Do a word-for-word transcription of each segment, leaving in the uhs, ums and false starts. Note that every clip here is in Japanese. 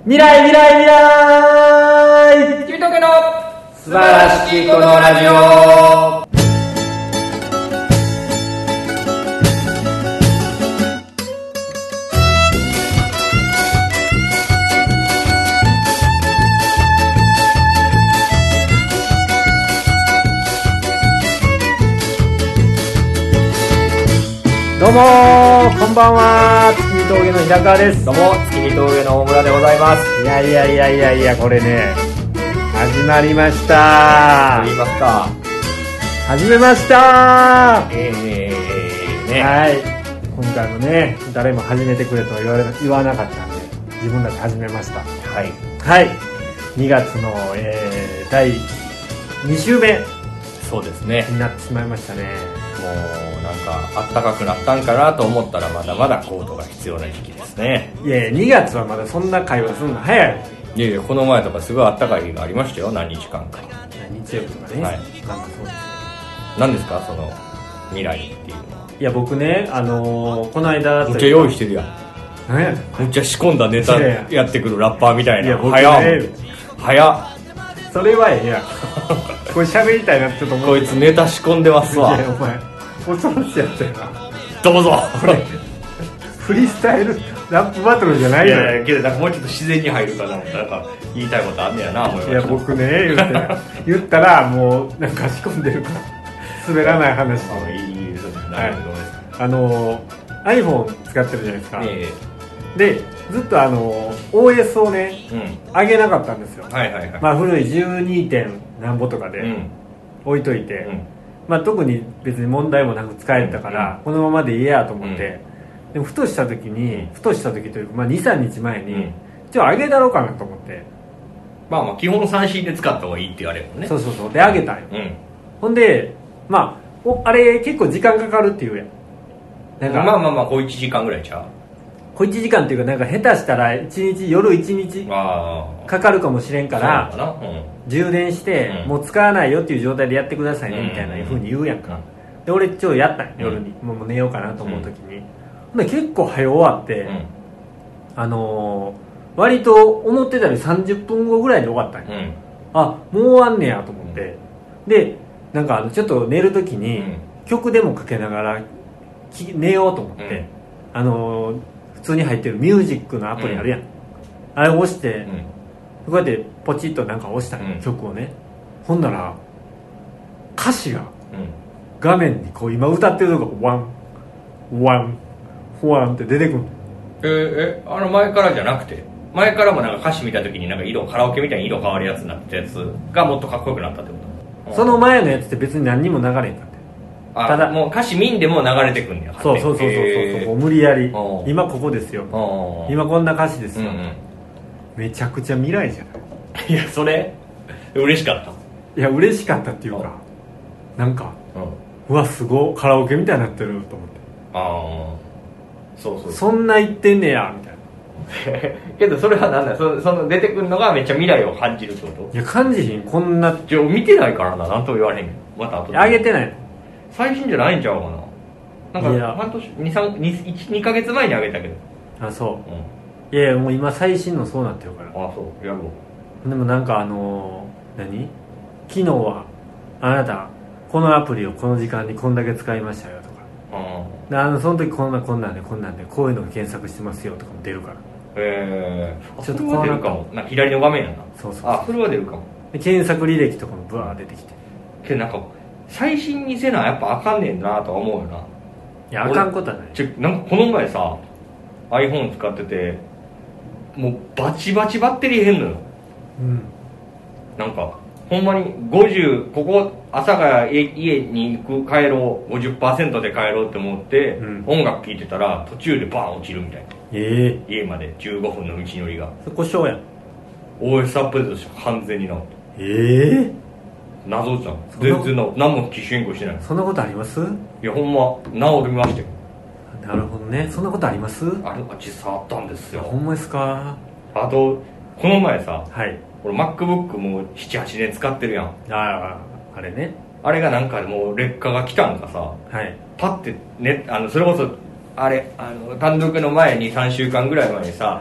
未来未来未来君とけの素晴らしきこのラジオ。どうもー、こんばんは。月見峠の平川です。 どうも月見峠の大村でございます。 いやいやいやいやいや、これね、始まりました。 言いますか。 始めましたー。 えーね、 はい。今回もね、誰も始めてくれとは言われ言わなかったんで、自分たち始めました。 はい。 はい。にがつの、えー、だいに週目そうですね。 になってしまいましたね。 もうなんか暖かくなったんかなと思ったらまだまだコートが必要な時期ですね。 いやいや、にがつはまだそんな会話するの早い。 いやいや、この前とかすごい暖かい日がありましたよ。何日間か。 日曜日とかね。 はい。 まあまあそうです。 何ですかその未来っていうのは。 いや僕ね、あのー、この間むっちゃ用意してるやん。 何やねん。 むっちゃ仕込んだネタやってくるラッパーみたいな。 いや僕ね、 早っ早っそれはええやん。これ喋りたいなってちょっと思って。 こいつネタ仕込んでますわ。 いやお前恐ろしいやつやな。 どうぞ。 これフリースタイルラップバトルじゃないのよ。 いやいやけどなんかもうちょっと自然に入るかな。なんか言いたいことあんねやな思いました。 いや僕ね、言って言ったらもうなんか仕込んでるから滑らない話。 あいいですね。 はい。あの iPhone 使ってるじゃないですか。ええ、でずっとあの オーエス をね、うん、上げなかったんですよ。はいはいはい。まあ古いじゅうにてんなんぼとかで置いといて、うん、まあ特に別に問題もなく使えたから、うん、このままでいいやと思って、うん、でもふとした時に、ふとした時というか、まあ、にさんにちまえに、うん、じゃあ上げだろうかなと思って。 まあまあ基本 スリーシー で使った方がいいって言われるもんね。 そうそうそう。で上げたんよ、うん、ほんでまあおあれ結構時間かかるっていうやん。 なんかまあまあまあこういちじかんぐらいちゃう。 こういちじかんっていうか、なんか下手したらいちにち夜いちにちかかるかもしれんから、うん、充電して、うん、もう使わないよっていう状態でやってくださいねみたいなふうに言うやんか、うん、で俺ちょっとやったんよ夜に、うん、もう寝ようかなと思う時に、うん、で結構早終わって、うん、あのー、割と思ってたよりさんじゅっぷんごぐらいで終わったんよ、うん、あもう終わんねやと思って、うん、でなんかあのちょっと寝る時に、うん、曲でもかけながら寝ようと思って、うん、あのー普通に入ってるミュージックのアプリあるやん、うん、あれを押して、うん、こうやってポチッとなんか押したん、うん、曲をね。ほんなら歌詞が画面にこう今歌ってるとこワンワンワンって出てくる。 えー、えあの前からじゃなくて、前からもなんか歌詞見た時になんか色カラオケみたいに色変わるやつになったやつがもっとかっこよくなったってこと？ その前のやつって別に何にも流れへんかった。 ただもう歌詞見んでも流れてくんねや。 そうそうそうそうそうそう、無理やり今ここですよ、今こんな歌詞ですよ、うんうん、めちゃくちゃ未来じゃない。 いやそれ嬉しかった。 いや嬉しかったっていうか、なんか、うん、うわすごいカラオケみたいになってると思って。ああそうそうそう、そんな言ってんねやみたいなけどそれはなんだ そ, その出てくるのがめっちゃ未来を感じるってこと？ いや感じひん。こんなじゃ見てないからな、なんとも言われへん。また後で上げてないの。 最新じゃないんちゃうかな。なんか半年 に,さん 2, にヶ月前にあげたけど。 あそう、うん、いやいやもう今最新のそうなってるから。 あそうやろう。でもなんかあのー、何昨日はあなたこのアプリをこの時間にこんだけ使いましたよとか、うん、あのその時こんなこんなんでこんなんでこういうのが検索してますよとかも出るから。 えー、ちょっとこうなるかも。なんか左の画面やな。 そうそうそう、 あそれは出るかも。 で検索履歴とかもブワー出てきて、 けどなんか最新にせなやっぱあかんねんなとは思うよな。 いやあかんことはない。 ちょなんかこの前さ iPhone 使っててもうバチバチバッテリー減んのよ、うん、なんかほんまにごじゅうここ朝から家に行く帰ろう ごじゅっパーセント で帰ろうって思って、うん、音楽聴いてたら途中でバーン落ちるみたいな、えー、家までじゅうごふんの道のりが。 そこ故障やん。 オーエス アップデートして完全になった。 ええー謎じゃん。全然な何も機種変更してない。 そんなことあります？ いやほんま治りましたよ。 なるほどね。そんなことあります？ あれ実際あったんですよ。 ほんまですか？ あとこの前さ、 はい、 俺 MacBook もうななはちねん使ってるやん。 あああれね。 あれがなんかもう劣化が来たんかさ、はい、パッてね、あのそれこそあれあの単独の前にさんしゅうかんぐらい前にさ、はい、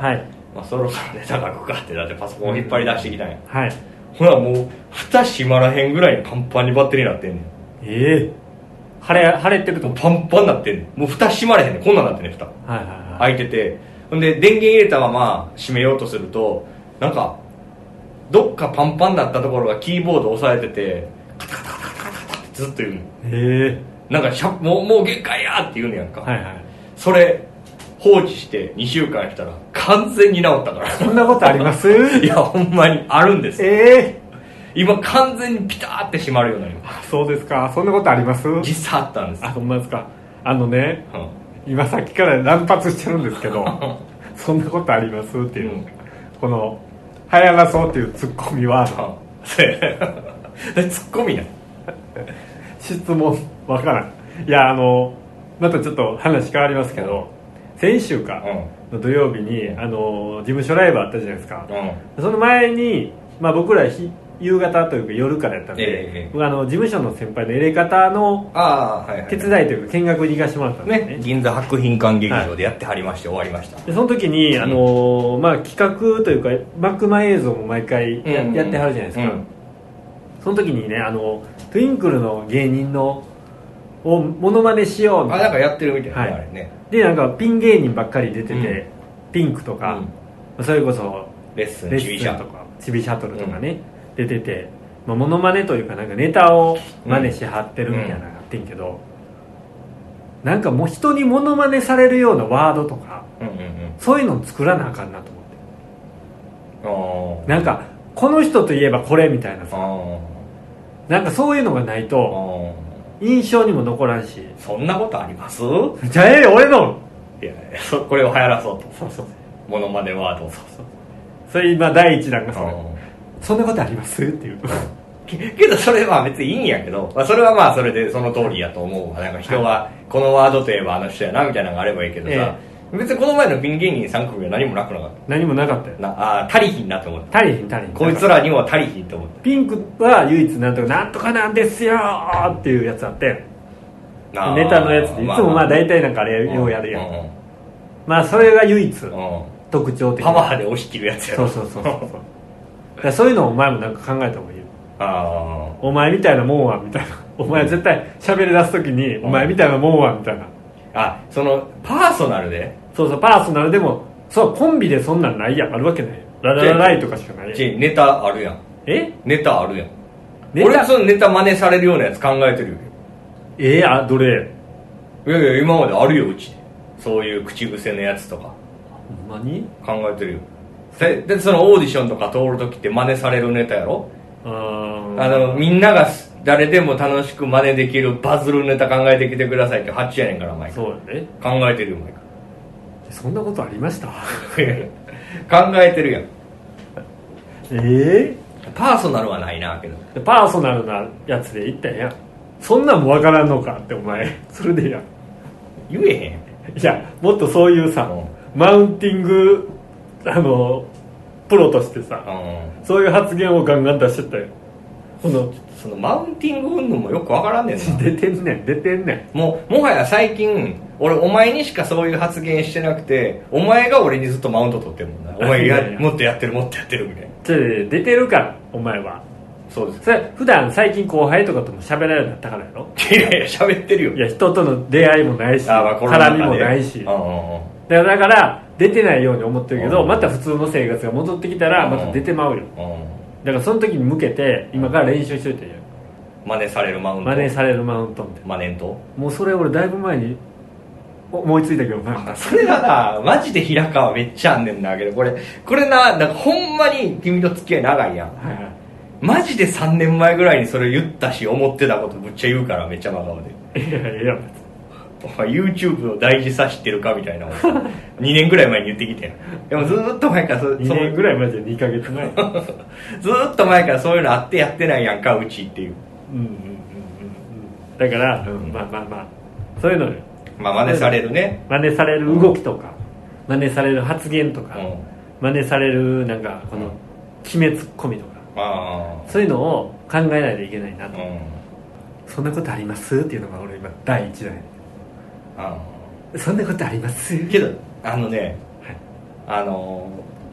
まあ、そろそろネタ書くかってなってパソコンを引っ張り出してきたんや、 はい。 ほらもう蓋閉まらへんぐらいパンパンにバッテリーになってんねん。 ええー、腫れ腫れてるとパンパンになってんねん。もう蓋閉まれへんねん。こんなんなってんねん蓋、はいはいはい、開いてて、ほんで電源入れたまま閉めようとするとなんかどっかパンパンになったところがキーボード押さえててカタカタカタカタカタってずっと言うの。へえー、なんかしゃもうもう限界やって言うねやんか、 はいはい、 それ放置してにしゅうかんしたら完全に治ったから。 そんなことあります？ いやほんまにあるんです。 ええー、今完全にピターって閉まるようになります。 そうですか。そんなことあります？ 実際あったんです。 あ、ほんまですか。あのね、うん、今さっきから乱発してるんですけどそんなことありますっていう、うん、この流行らそうっていうツッコミは、うん、 ツッコミな質問わからん。いや、あのまたちょっと話変わりますけど、うん、先週かの土曜日に、うん、あの事務所ライブあったじゃないですか、うん、その前に、まあ、僕らひ夕方というか夜からやったんで、えー、あの事務所の先輩の入れ方の手伝いというか見学に行かせてもらったんです ね, ね銀座博品館劇場でやってはりまして、はい、終わりました。 でその時に、あのまあ、企画というかマクマ映像も毎回 や,、うんうん、やってはるじゃないですか、うん、その時にね、あのトゥインクルの芸人のをモノマネしようみたいな。 あ、なんかやってるみたいな、はい、あれね。 でなんかピン芸人ばっかり出てて、うん、ピンクとか、うん、それこそレッスンチビシャとかチビシャトルとかね、うん、出てて、まあ、モノマネというかなんかネタを真似しはってるみたいなのがあってんけど、うんうん、なんかもう人にモノマネされるようなワードとか、うんうんうん、そういうのを作らなあかんなと思って。なんかこの人といえばこれみたいなさ、なんかそういうのがないと印象にも残らんし。 そんなことあります？ じゃあええ俺のいやいや、そこれを流行らそうと。そうそう、モノマネワード。そうそう、 それ今第一弾がそれ。そんなことありますっていうけどそれは別にいいんやけど、まあ、それはまあそれでその通りやと思う。なんか人がこのワードといえばあの人やなみたいなのがあればいいけどさ、ええ、別にこの前のピン芸人さん組は何もなくなかった。 何もなかったよ。 なあ、足りひんなと思って。 足りひん足りひん。 こいつらには足りひんと思って。 ピンクは唯一なんとかなんとかなんですよっていうやつあって、ネタのやつでいつもまあ大体なんかあれようやるやん、うんうん、まあそれが唯一特徴的。 パワーで押し切るやつやろ。 そうそうそうそうだそういうのをお前もなんか考えた方がいいよ。あ、お前みたいなもんはみたいな、お前絶対喋り出す時に、うん、お前みたいなもんはみたいな。 あ、そのパーソナルで、 そうそう、パーソナルでもそうコンビでそんなんないやん、あるわけないよ。ラララライとかしかないやん。 ネタあるやん。 えネタあるやん。俺そのネタ真似されるようなやつ考えてるよ。 えー、あ、どれ？ いやいや、今まであるよ、うち。そういう口癖のやつとか。 ほんまに？ 考えてるよ。で、でそのオーディションとか通るときって真似されるネタやろ？あの、みんなが誰でも楽しく真似できるバズるネタ考えてきてくださいってはちやねんから、毎回。 そうやね。 考えてるよ、毎回。 そんなことありました？考えてるやん。 えー、パーソナルはないなけど。 パーソナルなやつで言ったんや。そんなんもわからんのかってお前。それでや言えへん。いや、もっとそういうさ、うん、マウンティングあのプロとしてさ、うん、そういう発言をガンガン出してたよ。 このそのマウンティング云々もよくわからんねんな。 出てんねん出てんねん。もうもはや最近俺お前にしかそういう発言してなくて、お前が俺にずっとマウント取ってるもんな。お前がもっとやってるもっとやってるみたいな。 ちょ出てるからお前は。 そうです。 それ普段最近後輩とかとも喋られるようになったからやろ。 いやいや喋ってるよ。 いや人との出会いもないし、 あ、まあ、 絡みもないし、ああだからだから出てないように思ってるけど、また普通の生活が戻ってきたらまた出てまうよ。だからその時に向けて今から練習しといてよ。 真似されるマウント。 真似されるマウントみたいな。 真似んと。 もうそれ俺だいぶ前に思いついたけどな。 それはなマジで平川めっちゃあんねんなけど、これこれな、なんかほんまに君と付き合い長いやん、はいはい、マジでさんねんまえぐらいにそれ言ったし思ってたことむっちゃ言うからめっちゃ真顔で。いやいやお前 YouTube を大事さ知ってるかみたいなにねんぐらい前に言ってきて、でもずっと前からそにねんぐらい前じゃにかげつまえずっと前からそういうのあってやってないやんかうちっていう。うんうんうんうん。 だから、うん、まあまあまあそういうのよ。 まあ真似されるね。 真似される動きとか、うん、真似される発言とか、うん、真似されるなんかこの決めツッコミとか、あそういうのを考えないといけないなと、うん、そんなことありますっていうのが俺今第一弾。あそんなことありますけどあのね、はい、あの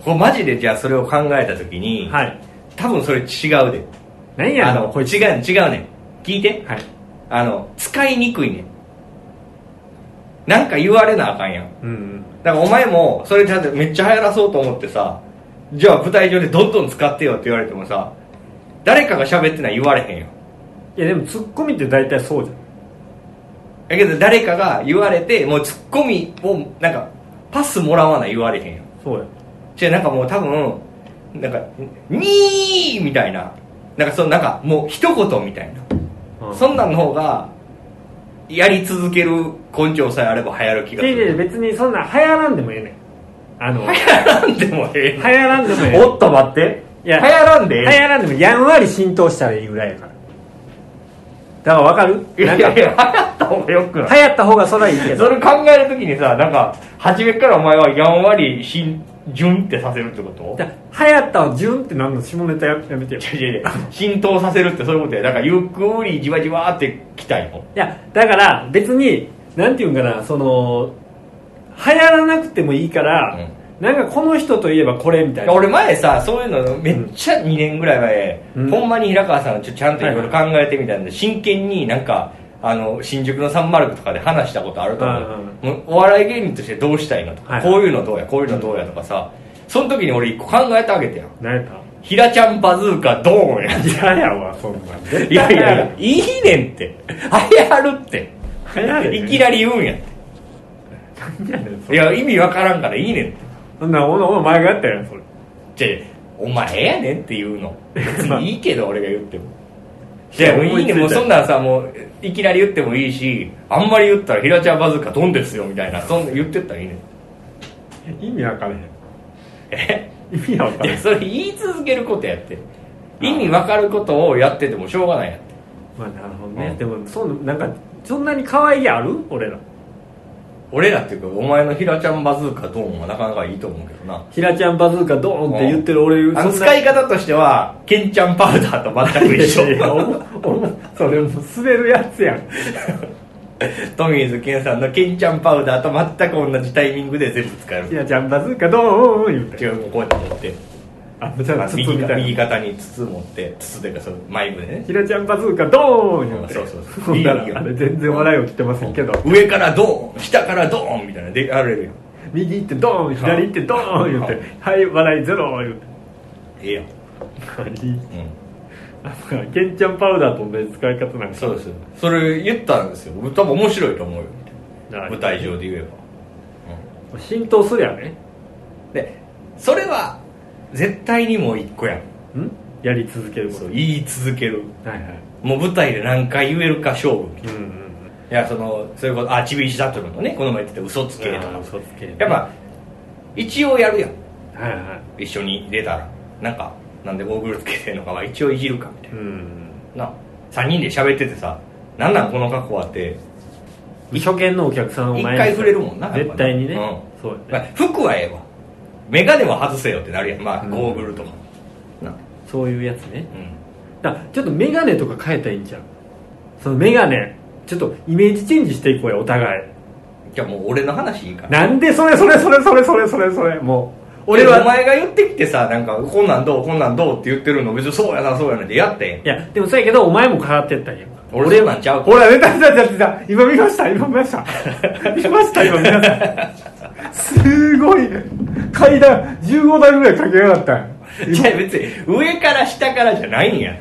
これマジでじゃあそれを考えた時に、はい、多分それ違うで。 何やあのこれ違う違うねん。聞いて、はい、あの使いにくいねん。なんか言われなあかんやん、うんうん、だからお前もそれちゃんとめっちゃ流行らそうと思ってさ、じゃあ舞台上でどんどん使ってよって言われてもさ、誰かが喋ってない言われへんよ。 いやでもツッコミって大体そうじゃん。 だけど誰かが言われてもうツッコミをなんかパスもらわない言われへんよ。 そうや。 じゃあなんかもう多分なんかにーみたいな、なんかそのなんかもう一言みたいな、うん、そんなんの方がやり続ける根性さえあれば流行る気がする。 いやいや別にそんな流行らんでもええねん。あの流行らんでもええ。 流行らんでもええ。 おっと待って。いや流行らんでええ。 流行らんでもやんわり浸透したらいいぐらいやから。だから分かる？ いやいやいや流行った方がよくない？ 流行った方がそれはいいけど。 それ考えるときにさ、なんか初めからお前はやんわり浸順ってさせるってこと？ 流行ったを順ってなんの下ネタ や, やめてよ。 いやいや浸透させるってそういうことや。だからゆっくりじわじわってきたいの。 いやだから別になんていうんかな、その流行らなくてもいいから、うん、なんかこの人といえばこれみたいな。 俺前さそういうのめっちゃにねんぐらい前、うん、ほんまに平川さんが ち, ちゃんといろいろ考えてみたんで、はい、真剣になんかあの新宿のサンマルクとかで話したことあると思う、うんうん、お笑い芸人としてどうしたいのとか、はい、こういうのどうやこういうのどうやとかさ、その時に俺一個考えてあげてよ。 何やった？ ひらちゃんバズーカドーンや。 いややわそんなん。 いやいやいやいいねんって。流行るって。流行る、ね、いきなり言うんやって。何やねんそれ。いや意味わからんからいいねんって。 そんなおお前がやったやんそれ。 じゃお前やねんって言うの。別にいいけど俺が言っても。じゃあいいねもうそんなんさもういきなり言ってもいいし、あんまり言ったらひらちゃんバズーカドンですよみたいな、そんな言ってったらいいねん。意味わからへん。 え？ 意味わからへん。 それ言い続けることやって。意味わかることをやっててもしょうがないやって。 まあなるほどね、うん、でもそんなんかそんなに可愛げある？俺ら俺らっていうかお前のひらちゃんバズーカドーンはなかなかいいと思うけどな。 ひらちゃんバズーカドーンって言ってる俺、 うん、あの使い方としてはケンちゃんパウダーと全く一緒。いやいやそれも滑るやつやん。 トミーズケンさんのケンちゃんパウダーと全く同じタイミングで全部使える。 ひらちゃんバズーカドーン言って違う、こうやって持ってあ、じゃあ筒みたいな右肩に筒持って筒でかそのマイクでね、 ひらちゃんバズーカドーン言って、 そうそうそう、いいよ。あれ全然笑いを切ってませんけど、 上からドーン下からドーンみたいなでやれるよ。 右行ってドーン左行ってドーン言ってはい笑いゼロ言ってええやん。 うん、ケンちゃんパウダーと同じ使い方なんか。 そうです。それ言ったんですよ。多分面白いと思うよ舞台上で言えば、 うん、浸透すりゃね。 でそれは絶対にもう一個やん。 んやり続けること。 そう言い続ける、 はいはい、 もう舞台で何回言えるか勝負みたいな、うんうんうん、いやそのそういうこと、あちびしだというのね、この前言ってた嘘つけとか、 嘘つけ、 やっぱ一応やるやん、 はいはい、 一緒に出たらなんかなんでゴーグルつけてんのかは一応いじるかみたいな、うん、なさんにんで喋っててさ、なんなんこの格好はって初見のお客さんを前に一回触れるもんな、 絶対にね、うん、 そうやね、まあ、服はええわ、メガネは外せよってなるやん、まあ、ゴーグルとか、 うん、なそういうやつね、うん、だちょっとメガネとか変えたらいいんじゃん。そのメガネちょっとイメージチェンジしていこうよお互い。 じゃあもう俺の話いいから。 なんでそれそれそれそれそれそれそれもう俺はお前が言ってきてさ、なんかこんなんどうこんなんどうって言ってるの別にそうやなそうやなってやってん。 いやでもそうやけどお前も変わってったんやん。 俺なんちゃう。 ほら出た出た出た、今見ました今見ました見ました今皆さんすごい階段じゅうごだいぐらい駆け上がったん。 じゃあ別に上から下からじゃないんやって。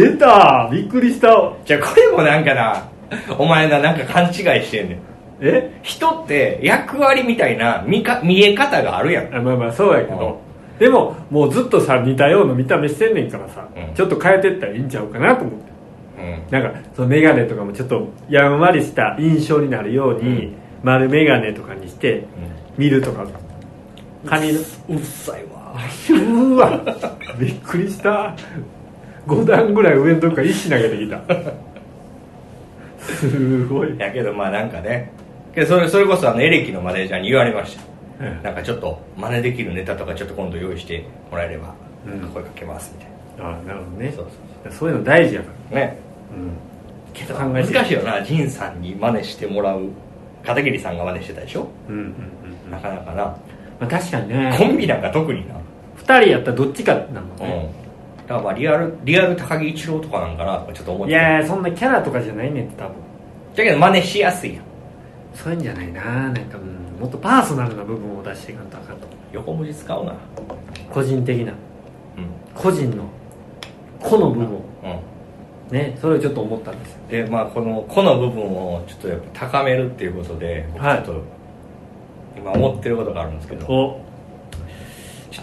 出た、びっくりした。 じゃあこれもなんかな、お前ななんか勘違いしてんねん。 え人って役割みたいな 見, か見え方があるやん。 あまあまあそうやけど、うん、でももうずっとさ似たような見た目してんねんからさ、うん、ちょっと変えてったらいいんちゃうかなと思って、うん、なんかそのメガネとかもちょっとやんわりした印象になるように、うん、丸メガネとかにして見るとか、 カニのうっさいわうわびっくりした。ご段ぐらい上のとこから石投げてきたすごい。 やけどまあなんかね、けどそれそれこそあのエレキのマネージャーに言われました、うん、なんかちょっと真似できるネタとかちょっと今度用意してもらえれば、うん、声かけますみたいな。 ああなるほどね。そうそうそう、そういうの大事やからね、 うん、けど難しいよな、仁さんに真似してもらう。片桐さんが真似してたでしょ、うんうんうん、なかなかな、 まあ、確かにね。 コンビなんか特にな。 たりやったらどっちかなのね、 うん、だからまあリアルリアル高木一郎とかなんかなとかちょっと思っていやそんなキャラとかじゃないねんって多分だけど真似しやすいやんそういうんじゃないななんか、うん、もっとパーソナルな部分を出していかんとあかんと横文字使うな個人的な、うん、個人の個の部分、うんね、それをちょっと思ったんですよでまあこの個の部分をちょっとやっぱ高めるっていうことで僕ちょっと今思ってることがあるんですけど、はい、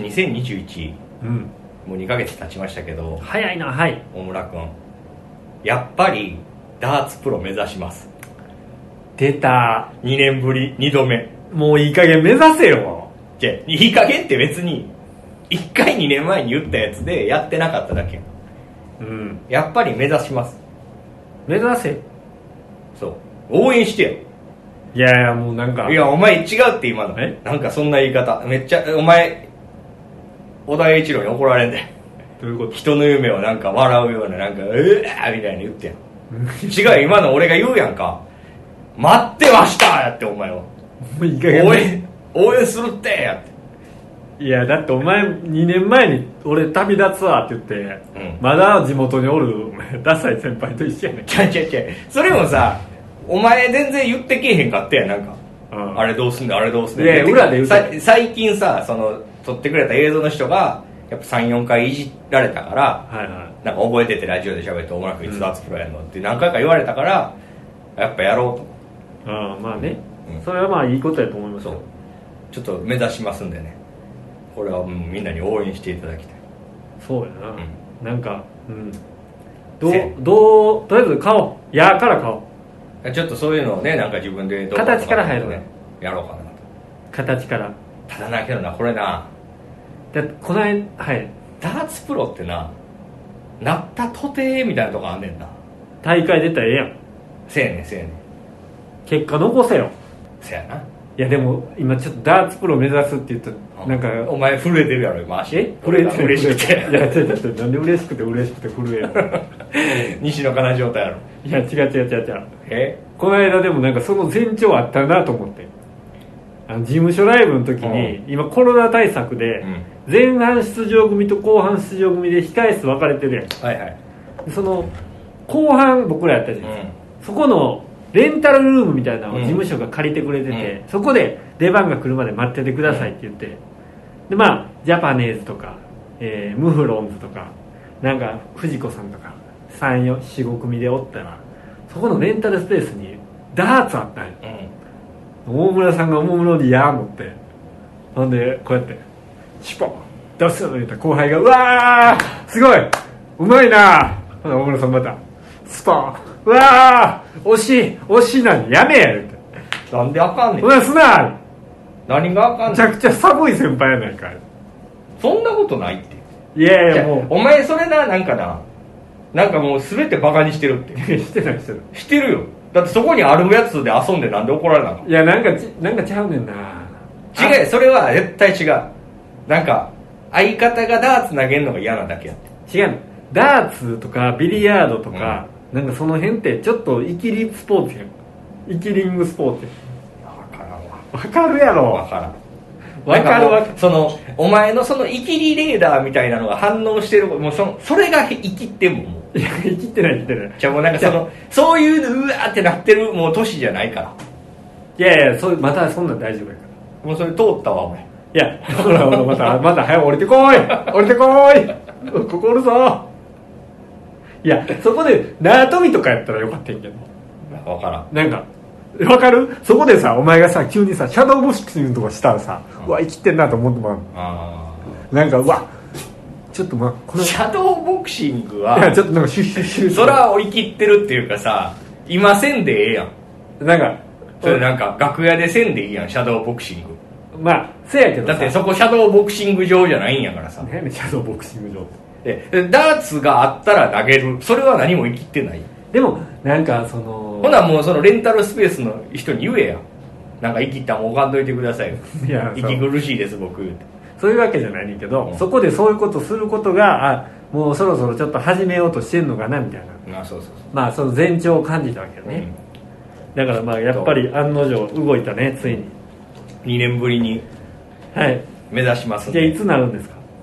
にせんにじゅういち、うん、もうにかげつ経ちましたけど早いなはい大村君やっぱりダーツプロ目指します出たにねんぶりにどめもういい加減目指せよじゃいい加減って別にいっかいにねんまえに言ったやつでやってなかっただけうん、やっぱり目指します目指せそう応援してよいやいやもうなんかいやお前違うって今のなんかそんな言い方めっちゃお前小田栄一郎に怒られんでどういうこと人の夢をなんか笑うようななんかうわーみたいに言ってやん違う今の俺が言うやんか待ってましたやってお前はもういい加減応援応援するってやっていやだってお前にねんまえに俺旅立つわって言って、うん、まだ地元におるダサい先輩と一緒やねんちゃちゃちゃそれもさお前全然言ってけえへんかったやんなんか、うん、あれどうすんねんあれどうすんねんいや裏で言うて最近さその撮ってくれた映像の人がやっぱ さんよんかいいじられたから、はいはい、なんか覚えててラジオで喋っておもらくいつダーツプロやんのって何回か言われたからやっぱやろうとああまあね、うん、それはまあいいことやと思いますよちょっと目指しますんでねこれは、うん、みんなに応援していただきたいそうやな、うん、なんかうんどうどうとりあえず買おうやから買おうちょっとそういうのをねなんか自分でどう形から入るねやろうかなと形からただなけどなこれなだこの間はいダーツプロってななったとてみたいなとこあんねんな大会出たらええやんせやねんせやねん結果残せよせやないやでも今ちょっとダーツプロ目指すって言ったらなんかお前震えてるやろ今足え震えてる嬉しくていや違う違うなんで嬉しくて嬉しくて震えるの西野カナ状態やろいや違う違う違う違うえこの間でもなんかその前兆あったなと思ってあの事務所ライブの時に、うん、今コロナ対策で、うん、前半出場組と後半出場組で控え室分かれてるやん、はいはい、その後半僕らやったじゃないですか、うん、そこのレンタルルームみたいなのを事務所が借りてくれてて、うん、そこで出番が来るまで待っててくださいって言って、でまあジャパネーズとか、えー、ムフロンズとかなんか藤子さんとかさん、よん、ご組でおったらそこのレンタルスペースにダーツあったんよ、うん、大村さんがおもむろにやー持ってほんでこうやってシュポン出すの言った後輩がうわーすごいうまいなほんで大村さんまたスポンうわー惜しい惜しいなにやめやるってなんであかんねんうわすな何があかんねんめちゃくちゃ寒い先輩やないかいそんなことないっていやいやもうお前それななんかななんかもう全てバカにしてるってしてないしてるしてるよだってそこにあるやつで遊んでなんで怒られなのいやなんかちなんかちゃうねんな違うそれは絶対違うなんか相方がダーツ投げるのが嫌なだけやって違うダーツとかビリヤードとか、うん、なんかその辺ってちょっとイキリスポーツやんイキリングスポーツや分からんわ分かるやろ分からん分かるわそのお前のそのイキリレーダーみたいなのが反応してるもうそのそれが生きってんもんもういや生きってない生きってないじゃあもうなんかそのそういうのうわーってなってるもう年じゃないからいやいやそうまたそんなん大丈夫やからもうそれ通ったわ俺いやほらほらまたまた早く降りてこい降りてこいここおるぞいやそこで縄跳びとかやったらよかったんやけど分からんなんか分かるそこでさお前がさ急にさシャドーボクシングとかしたらさ、うん、うわ生きてんなと思ってもらうあなんかうわちょっとまこのシャドーボクシングはいやちょっとなんかシュッシュッシュッそれは追い切ってるっていうかさ今せんでええやんなんかそれなんか楽屋でせんでいいやんシャドーボクシングまあせやけどだってそこシャドーボクシング場じゃないんやからさ何やねんシャドーボクシング場ってでダーツがあったら投げるそれは何も生きてないでもなんかそのほなもうそのレンタルスペースの人に言えやなんか生きったらもう置かんといてくださいよいや息苦しいです僕そういうわけじゃないねんけど、うん、そこでそういうことすることがあもうそろそろちょっと始めようとしてんのかなみたいなあそうそうそうまあその前兆を感じたわけよね、うん、だからまあやっぱり案の定動いたねついににねんぶりにはい目指しますんでじゃあいつなるんですか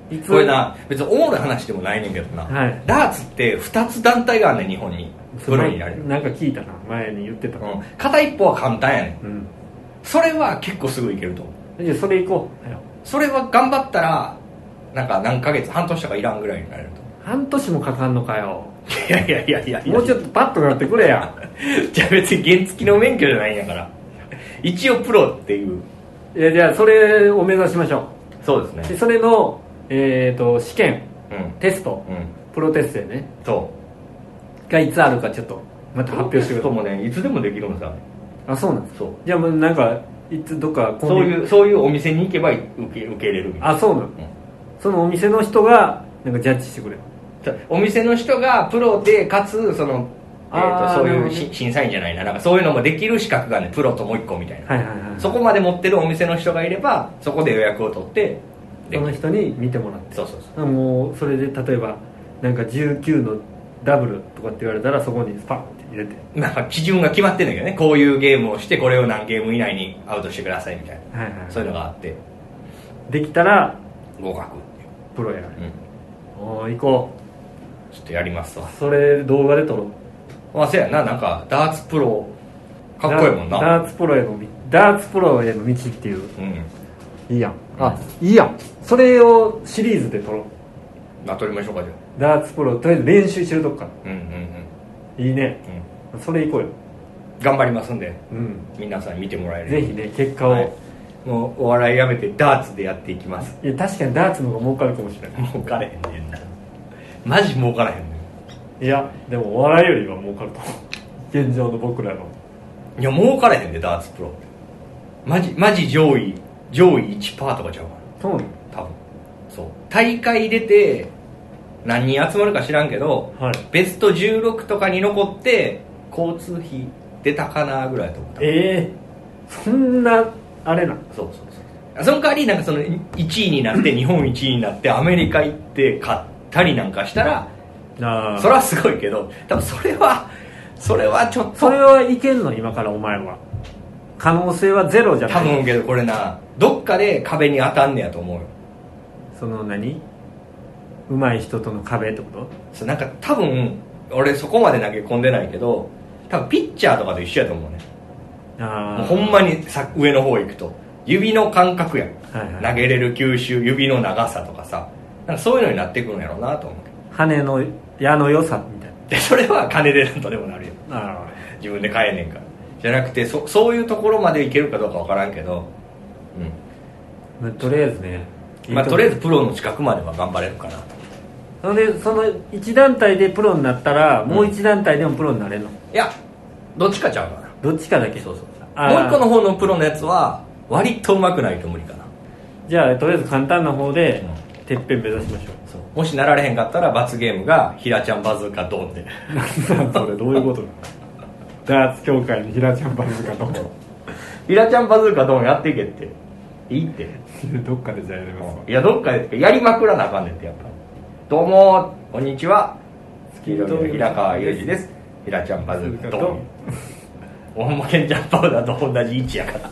これな別におもろい話でもないねんけどな、はい、ダーツってふたつ団体があるねん日本にプロになれる。 なんか聞いたな前に言ってた、うん、 片一方は簡単やねん、うん、それは結構すぐいけると思う。 じゃあそれ行こう。 それは頑張ったらなんか何ヶ月半年とかいらんぐらいになれると。 半年もかかんのかよ。 いやいやいやいやもうちょっとパッとなってくれやじゃあ別に原付の免許じゃないんやから一応プロっていう。 いやじゃあそれを目指しましょう。そうですね。 でそれの、えー、と試験、うん、テスト、 うん、 プロテストやね。 そうがいつあるかちょっとまた発表してください。 もねいつでもできるんさ。 あそうなんです。そうじゃあもうなんかいつどっかそういうそういうお店に行けば受け受け入れるみたいな。 あそうなの、うん、そのお店の人がなんかジャッジしてくれる。 お店の人がプロでかつその、えー、とそういうし審査員じゃないな、なんかそういうのもできる資格がねプロともう一個みたいな、 はいはいはい、 そこまで持ってるお店の人がいればそこで予約を取ってその人に見てもらって。 そうそうそう。 もうそれで例えばなんかじゅうきゅうのダブルとかって言われたらそこにスパンって入れて、 なんか基準が決まってるんだけどね、こういうゲームをしてこれを何ゲーム以内にアウトしてくださいみたいな、はいはいはい、そういうのがあってできたら合格プロやる、うん、おー行こう。 ちょっとやりますわ。 それ動画で撮ろう。あ、そうやな。なんかダーツプロかっこいいもんな。 ダーツプロへのダーツプロへの道っていう、うん、いいやん。あ、いいやん。それをシリーズで撮ろう。あ、撮りましょうかじゃあ。ダーツプロとりあえず練習してるとこから。 うんうんうん。 いいね。うん、それ行こうよ。 頑張りますんで、 うん、 皆さん見てもらえる。 ぜひね結果を、はい、 もうお笑いやめてダーツでやっていきます。 いや確かにダーツの方が儲かるかもしれない。 儲かれへんねんな。マジ儲からへんねん。いやでもお笑いよりは儲かると思う。現状の僕らの。 いや儲かれへんでダーツプロって。マジマジ上位上位 いちパーセント とかちゃうかな。そうなの。 多分そう大会出て何人集まるか知らんけど、はい、ベストじゅうろくとかに残って交通費出たかなぐらいと思った。 ええー、そんなあれな。 そうそうそう。その代わりなんかそのいちいになって日本いちいになってアメリカ行って勝ったりなんかしたらあそれはすごいけど、多分それはそれはちょっとそれはいけんの今からお前は。可能性はゼロじゃない。 多分けどこれなどっかで壁に当たんねやと思うよ。 その何上手い人との壁ってこと。 そうなんか多分俺そこまで投げ込んでないけど多分ピッチャーとかと一緒やと思うね。あもうほんまにさ上の方行くと指の感覚やん、はいはい、投げれる球種指の長さとかさなんかそういうのになってくるんやろうなと思うけど羽の矢の良さみたいな。 でそれは金でなんとでもなるよ。あ自分で買えねんからじゃなくて そ, そういうところまでいけるかどうかわからんけど、 うん、とりあえずねまあ、とりあえずプロの近くまでは頑張れるかなと。 それでそのいち団体でプロになったら、うん、もういち団体でもプロになれるの。 いやどっちかちゃうかな。 どっちかだけ。 そうそうそうもう一個の方のプロのやつは割とうまくないと無理かな。 じゃあとりあえず簡単な方で、うん、てっぺん目指しましょう。 そうもしなられへんかったら罰ゲームがひらちゃんバズーカドンでなんそれどういうことダーツ協会にひらちゃんバズーカドンひらちゃんバズーカドンやっていけっていいってどっかでじゃあやります。 いやどっかでやりまくらなあかんねんってやっぱり。どうもこんにちはスキードの平川裕二です。ひらちゃんバズーカドンほんまケンちゃんパウダーと同じ位置やから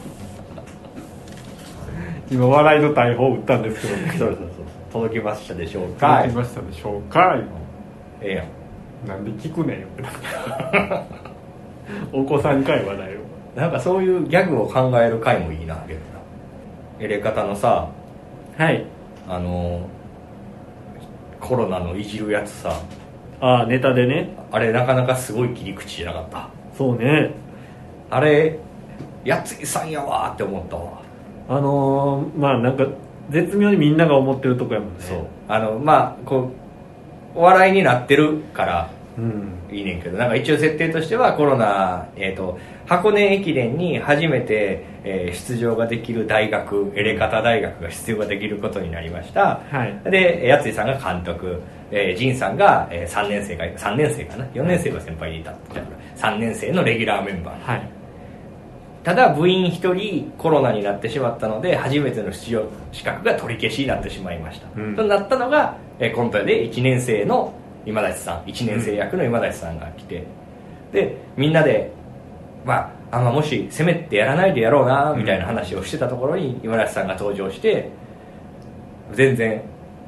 今笑いの大砲を打ったんですけど、ね、 そうそうそう届きましたでしょうか。 届きましたでしょうか。今ええやんなんで聞くねんよお子さん会話だよ。 なんかそういうギャグを考える回もいいなけどな。エレカタのさはいあのコロナのいじるやつさああネタでねあれなかなかすごい切り口じゃなかった。 そうねあれやついさんやわって思ったわ。 あのー、まあなんか絶妙にみんなが思ってるとこやもんね。 そうあのまあこうお笑いになってるからいいねんけど、うん、なんか一応設定としてはコロナ、えーと、箱根駅伝に初めて、えー、出場ができる大学エレカタ大学が出場ができることになりました、はい、でやついさんが監督、えー、仁さんが、えー、さんねん生かさんねん生かなよねん生が先輩にいたじゃあさんねん生のレギュラーメンバー、はい、ただ部員ひとりコロナになってしまったので初めての出場資格が取り消しになってしまいました、うん、となったのが、えー、今回でいちねん生の今立さんいちねん生役の今立さんが来て、でみんなで、まあ、あんまもし攻めてやらないでやろうなみたいな話をしてたところに今立さんが登場して全然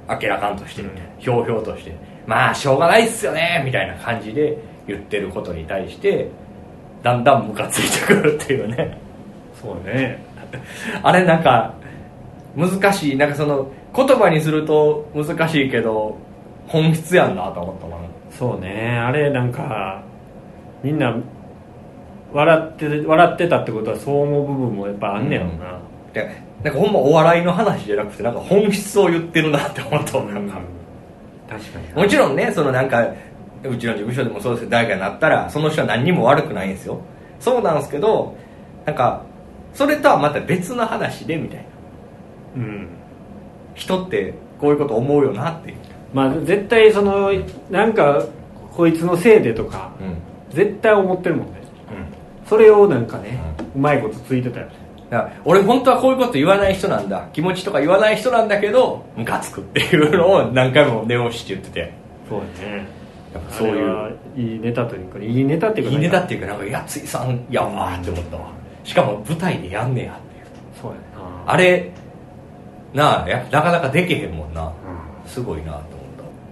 あけらかんとしてみたいな、ひょうひょうとしてまあしょうがないっすよねみたいな感じで言ってることに対してだんだんムカついてくるっていうね。 そうねあれなんか難しい、なんかその言葉にすると難しいけど本質やんなと思ったもん。 そうね、あれなんかみんな笑って笑ってたってことはそう思う部分もやっぱあんねやろな、うん、 でなんかほんまお笑いの話じゃなくてなんか本質を言ってるなって思った、うん、なんか確かにもちろんねそのなんかうちの事務所でもそうですけど誰かになったらその人は何にも悪くないんですよ。そうなんですけどなんかそれとはまた別の話でみたいな、うん、人ってこういうこと思うよなっていう、 まあ絶対そのなんかこいつのせいでとか、うん、絶対思ってるもんね、うん、それをなんかね、うん、うまいことついてたよ。 だから俺本当はこういうこと言わない人なんだ気持ちとか言わない人なんだけどムカつくっていうのを何回も念押しって言ってて、 そうだね、やっぱそういういいネタというかいいネタっていうかいいネタっていうかなんかやついさんやわーって思ったわ。しかも舞台でやんねやっていう。 そうやなあれなあやっぱなかなかできへんもんな、うん、すごいなと思った。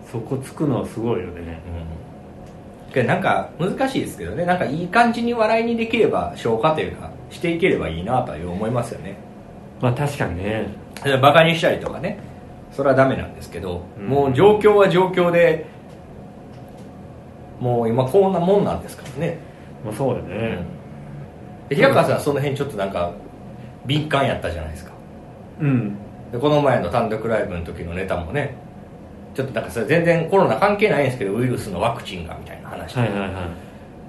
そこつくのはすごいよね、 うん、なんか難しいですけどね、なんかいい感じに笑いにできれば消化というかしていければいいなとは思いますよね。 まあ確かにねバカにしたりとかねそれはダメなんですけど、うん、もう状況は状況でもう今こんなもんなんですからね。 まあそうだね、 うん、平川さんはその辺ちょっとなんか敏感やったじゃないですか。うんでこの前の単独ライブの時のネタもねちょっとなんかそれ全然コロナ関係ないんですけどウイルスのワクチンがみたいな話で、はいはいはい、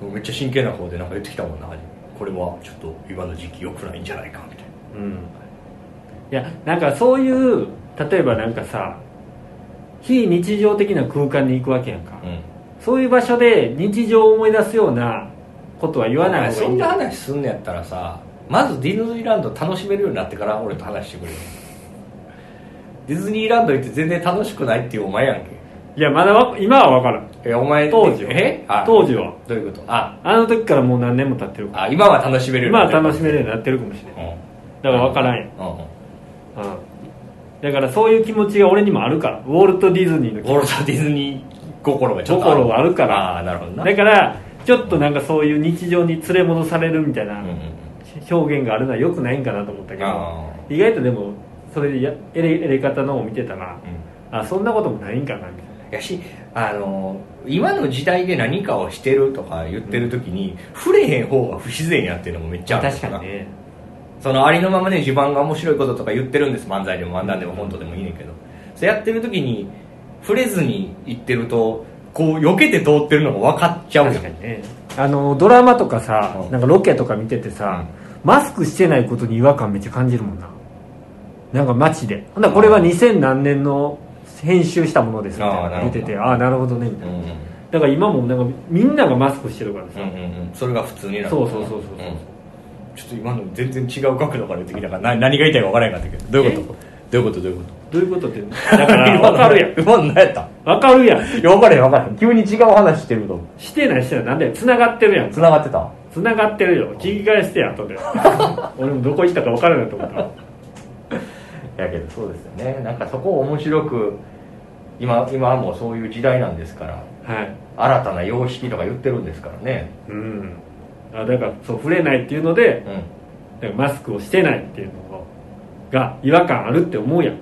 めっちゃ真剣な方でなんか言ってきたもんな。これはちょっと今の時期良くないんじゃないかみたいな、うん、いやなんかそういう例えばなんかさ非日常的な空間に行くわけやんか、うん、そういう場所で日常を思い出すようなことは言わない方がいいんだ。 そんな話すんのやったらさまずディズニーランド楽しめるようになってから俺と話してくれる。ディズニーランド行って全然楽しくないっていうお前やんけ。 いやまだわ今は分からん。 えお前当時はえ当時はどういうこと。ああの時からもう何年も経ってるから。 あ今は楽しめるようになってる。 今は楽しめるようになってるかもしれない、うん、だから分からんやん、うんうん、だからそういう気持ちが俺にもあるから。ウォルト・ディズニーの気持ちウォルト・ディズニー心がちょっとある心があるから。 あなるほどな。 だからちょっとなんかそういう日常に連れ戻されるみたいな表現があるのは良くないんかなと思ったけど、意外とでもそれでやエレ、エレ方のを見てたら、うん、あそんなこともないんかなみたいな。 やしあの今の時代で何かをしてるとか言ってる時に、うん、触れへん方が不自然やっていうのもめっちゃある。 確かにね。 そのありのままね自分が面白いこととか言ってるんです。漫才でも漫談でも本当でもいいねんけど、そうやってる時に触れずに言ってるとこう避けて通ってるのが分かっちゃうよ。 確かにね。あのドラマとかさ、うん、なんかロケとか見ててさ、うん、マスクしてないことに違和感めっちゃ感じるもんな。なんか街でほんなこれはにせん何年の編集したものですみたいな見てて、ああなるほどねみたいな、うんうん、だから今もなんかみんながマスクしてるからさ、うんうんうん、 それが普通になる。 そうそうそうそう、うん、 ちょっと今の全然違う角度から言ってきたから何が言いたいか分からへんかったけど、どういうことどういうことどういうことどういうことってだから分かるやん今の何やった分かるやん。 いや分かれへん分かれへん。急に違う話してるとしてないしてない。なんで繋がってるやん。 繋がってた繋がってるよ。聞き返してや後で俺もどこ行ったか分からないと思ったやけどそうですよね。なんかそこを面白く今今はもうそういう時代なんですから、はい、新たな様式とか言ってるんですからね。 うんあだからそう触れないっていうので、うん、だからマスクをしてないっていうのが違和感あるって思うやん、うん、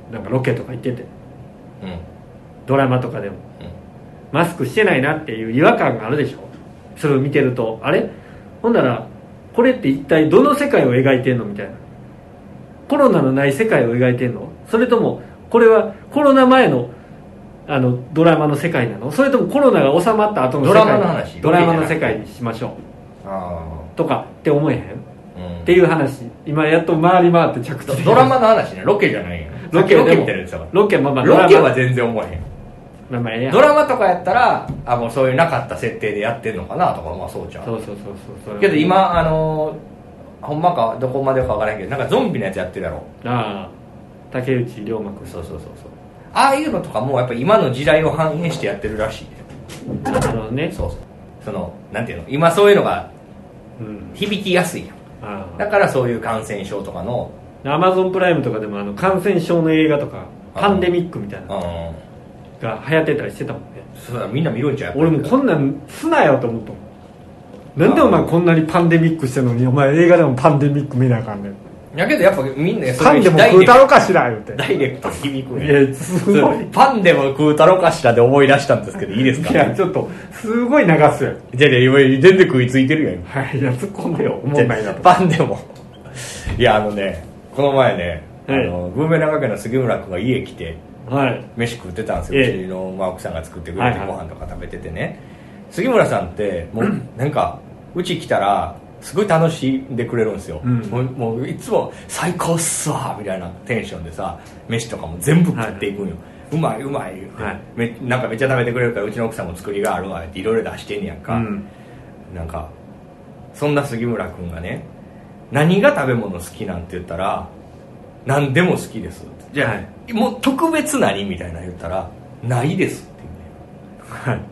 なんかロケとか行ってて、うん、ドラマとかでも、うん、マスクしてないなっていう違和感があるでしょ。それを見てるとあれほんならこれって一体どの世界を描いてんのみたいな。コロナのない世界を描いてんの、それともこれはコロナ前のあのドラマの世界なの、それともコロナが収まった後の世界。 ドラマの話ドラマの世界にしましょうあとかって思えへん、うん、っていう話今やっと回り回って着地。 ドラマの話ね。ロケじゃないよ。 ロケロケみたいなやつだから。 ロケまあまあロケは全然思えへん。 まあまあええやん。 ドラマとかやったらあもうそういうなかった設定でやってんのかなとかまあそうちゃう。 そうそうそうそう。 けど今あのーほんまかどこまでか分からへんけどなんかゾンビのやつやってるやろ。 ああ竹内涼真君。 そうそうそうそう。ああいうのとかもやっぱ今の時代を反映してやってるらしい。 なるほどね。 そうそう。そのなんていうの今そういうのが響きやすいよ、うん、だからそういう感染症とかのアマゾンプライムとかでもあの感染症の映画とかパンデミックみたいなが流行ってたりしてたもんね。 そうだ、みんな見るんちゃう。 俺もこんなんすなよと思ったもん。なんでお前こんなにパンデミックしてるのにお前映画でもパンデミック見なあかんねん。 やけどやっぱみんなパンでも食うたろかしら言うてダイレクトに響くね。 いやすごいパンでも食うたろかしらで思い出したんですけどいいですか。 いやちょっとすごい流すやん。 じゃあ今全然食いついてるやん。 はい、いや突っ込んでよ、思んないなと。 パンでもいやあのね、この前ね、はい、あのブーメラン学園の杉村君が家来て、はい、飯食ってたんですよ、ええ、うちの、まあ、奥さんが作ってくれてご飯とか食べててね、はいはい、杉村さんってもうなんかうち来たらすごい楽しんでくれるんですよ、うん、もう、もういつも最高っすわみたいなテンションでさ、飯とかも全部食っていくんよ、はい、うまいうまい、はい、めなんかめっちゃ食べてくれるからうちの奥さんも作りがあるわっていろいろ出してんねやんか、うん、なんかそんな杉村君がね、何が食べ物好きなんて言ったら何でも好きですって、じゃあ、はい、もう特別何みたいな言ったらないですって言うね、はい、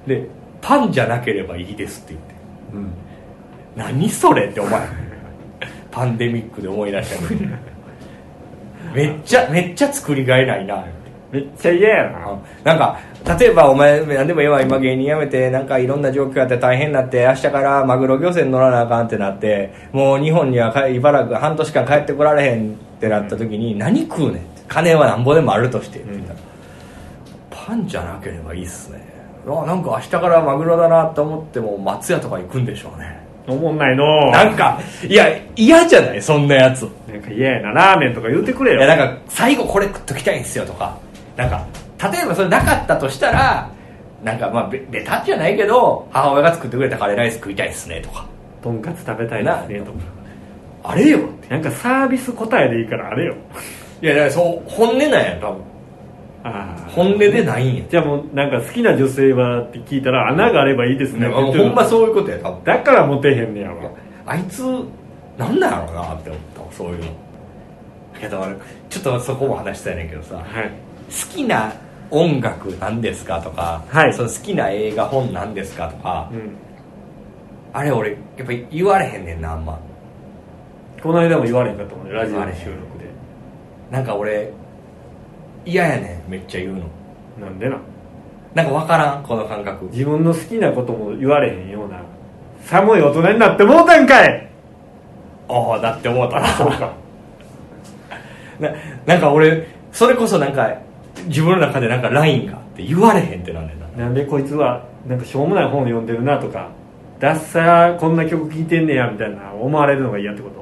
でパンじゃなければいいですって言って、うん、何それってお前パンデミックで思い出したけどめっちゃめっちゃ作りがいないな、 めっちゃ嫌やな。 なんか例えばお前何でも今今芸人辞めてなんかいろんな状況あって大変になって明日からマグロ漁船乗らなあかんってなってもう日本には茨城半年間帰ってこられへんってなった時に、うん、何食うねんって、金はなんぼでもあるとしてって言ったら、うん、パンじゃなければいいっすね。あ、なんか明日からマグロだなと思っても松屋とか行くんでしょうね。 思んないのなんかいや嫌じゃないそんなやつ。 なんか嫌やな、ラーメンとか言ってくれよ。 いやなんか最後これ食っときたいんですよとか、なんか例えばそれなかったとしたらなんかまあ ベ, ベタじゃないけど母親が作ってくれたカレーライス食いたいっすねとか、 とんかつ食べたいですねとか、 あれよってなんかサービス答えでいいからあれよ。 いやだからそう本音なんや多分。あ本音でないんや。 じゃあもうなんか好きな女性はって聞いたら穴があればいいですねって言ってる。 ほんまそういうことや多分。 だからモテへんねやろ。 あいつなんなんやろうなって思ったそういうの。けどちょっとそこも話したいねんけどさ、はい、好きな音楽なんですかとか、はい、その好きな映画本なんですかとか、うん、あれ俺やっぱり言われへんねんなあんま。 この間も言われへんかったもんね、ラジオの収録で。 なんか俺嫌やねんめっちゃ言うの。 なんでな。 なんか分からんこの感覚。 自分の好きなことも言われへんような寒い大人になってもうたんかい。 ああだって思ったな。そうかな, なんか俺それこそなんか自分の中でなんかラインがあって言われへんってなんねんな。 なんでこいつはなんかしょうもない本読んでるなとか、ダッサーこんな曲聴いてんねやみたいな思われるのが嫌ってこと？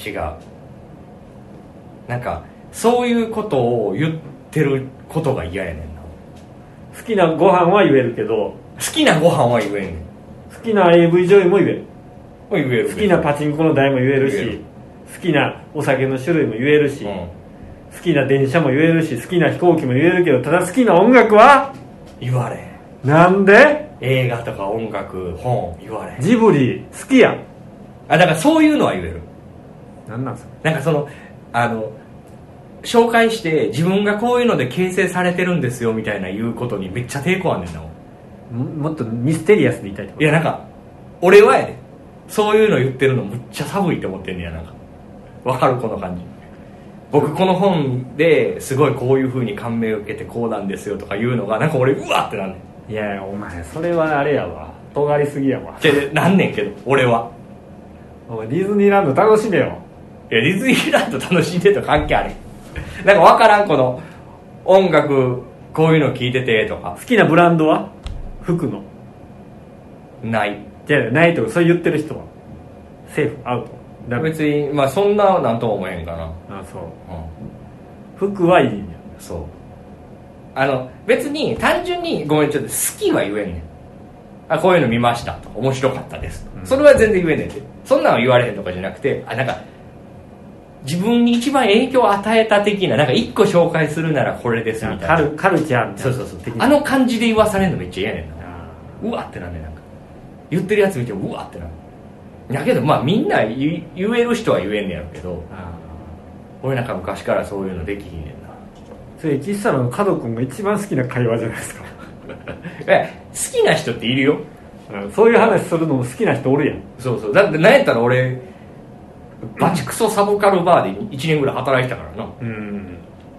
違う。なんかそういうことを言ってることが嫌やねんな。 好きなご飯は言えるけど、 好きなご飯は言えんねん。 好きな エーブイ 女優も言える。 言える。 好きなパチンコの台も言えるし、える好きなお酒の種類も言えるし、うん、好きな電車も言えるし、好きな飛行機も言えるけど、ただ好きな音楽は言われん。 なんで？ 映画とか音楽本言われん。 ジブリ好きやん。 あ、だからそういうのは言える。 なんなんすか。 なんかそのあの紹介して自分がこういうので形成されてるんですよみたいな言うことにめっちゃ抵抗あんねんな。 も, もっとミステリアスで言いたいってこと？ いやなんか俺はやでそういうの言ってるのむっちゃ寒いって思ってんねや。なんかわかるこの感じ。僕この本ですごいこういう風に感銘を受けてこうなんですよとか言うのがなんか俺うわってなんねん。 いやいやお前それはあれやわ、尖りすぎやわ。 じゃなんねんけど俺はお前ディズニーランド楽しめよ。 いやディズニーランド楽しんでと関係あるなんか分からんこの音楽こういうの聴いててとか。 好きなブランドは？服のないじゃあないとかそう言ってる人はセーフアウト。 別にまあそんななんとも思えへんかな。 あそう、うん、服はいいんや。 そうあの別に単純にごめんちょっと好きは言えんねん。あこういうの見ましたと面白かったです、うん、それは全然言えねんて。そんなの言われへんとかじゃなくて、あなんか自分に一番影響を与えた的ななんか一個紹介するならこれですみたいな。 カル、カルチャーみたいな。 そうそうそう。あの感じで言わされるのめっちゃ嫌やねんな。うわってなんねん。なんか言ってるやつ見てもうわってなんねん。だけどまあみんな 言, 言える人は言えんねやろうけど、俺なんか昔からそういうのできひんねんな。 それ岸さんの角君が一番好きな会話じゃないですか好きな人っているよ。 そういう話するのも好きな人おるやん。 そうそう。だってなんやったら俺バチクソサブカルバーでいちねんぐらい働いてたからな。うん。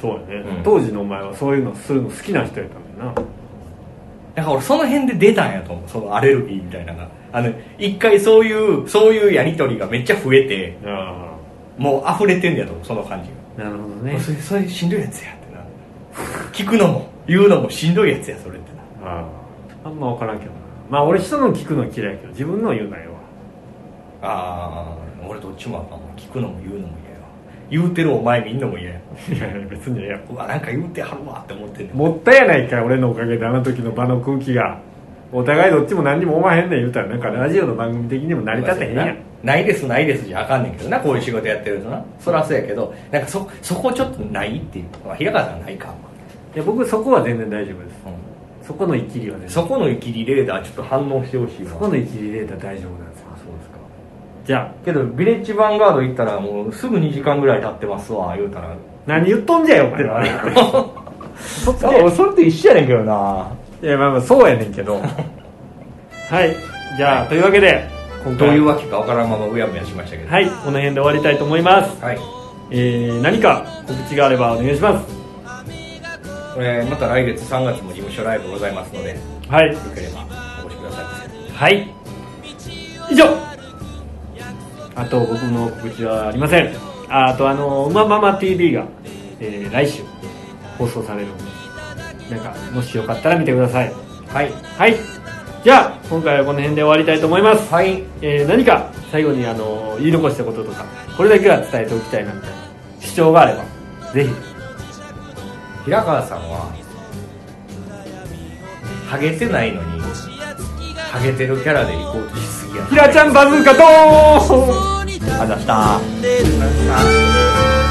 そうやね、うん、当時のお前はそういうのするの好きな人やったもんな。 だから俺その辺で出たんやと思う、そのアレルギーみたいなのが。あの一回そういうそういうやり取りがめっちゃ増えて、あもう溢れてんやと思う、その感じが。なるほどね。 それそれしんどいやつやってな聞くのも言うのもしんどいやつやそれってな。 ああんま分からんけどな。まあ俺人の聞くの嫌いやけど自分の言うなよ。 ああ俺どっちもあかんわ。聞くのも言うのも嫌やわ。言うてるお前見んのも嫌や。 いやいや別に嫌や。 うわなんか言うてはるわって思ってんねん。 もったいやないかい俺のおかげであの時の場の空気が。お互いどっちも何にも思わへんねん言うたらなんかラジオの番組的にも成り立てへんやん。 ないですないですじゃあかんねんけどな、こういう仕事やってるとな。そりゃそうやけどなんか そ, そこちょっとないっていう、まあ、平川さんはないか。 いや僕そこは全然大丈夫です、うん、そこのイキリはね、 そこのイキリレーダーちょっと反応してほしいわ。 そこのイキリレーダー大丈夫なんですよ。 あそうですか。 じゃあけどビレッジヴァンガード行ったらもうすぐにじかんぐらい経ってますわ言うたら何言っとんじゃよお前はそ, それと一緒やねんけどな。 いやまあまあそうやねんけどはいじゃあ、はい、というわけで今回どういうわけかわからんままうやむやしましたけど、 はいこの辺で終わりたいと思います、 はいえー、何か告知があればお願いします。 えー、また来月さんがつも事務所ライブございますので、 はい、 よければお越しください。 はい以上。あと僕の告知はありません。あ, あとあのうまママ ティーブイ が、えー、来週放送されるのでなんかもしよかったら見てください。 はいはいじゃあ今回はこの辺で終わりたいと思います。 はい、 えー、何か最後にあの言い残したこととかこれだけは伝えておきたいなみたいな主張があればぜひ。 平川さんはハゲてないのにハゲてるキャラで行こうとしすぎや。 ひらちゃんバズーカドーン。 あざした。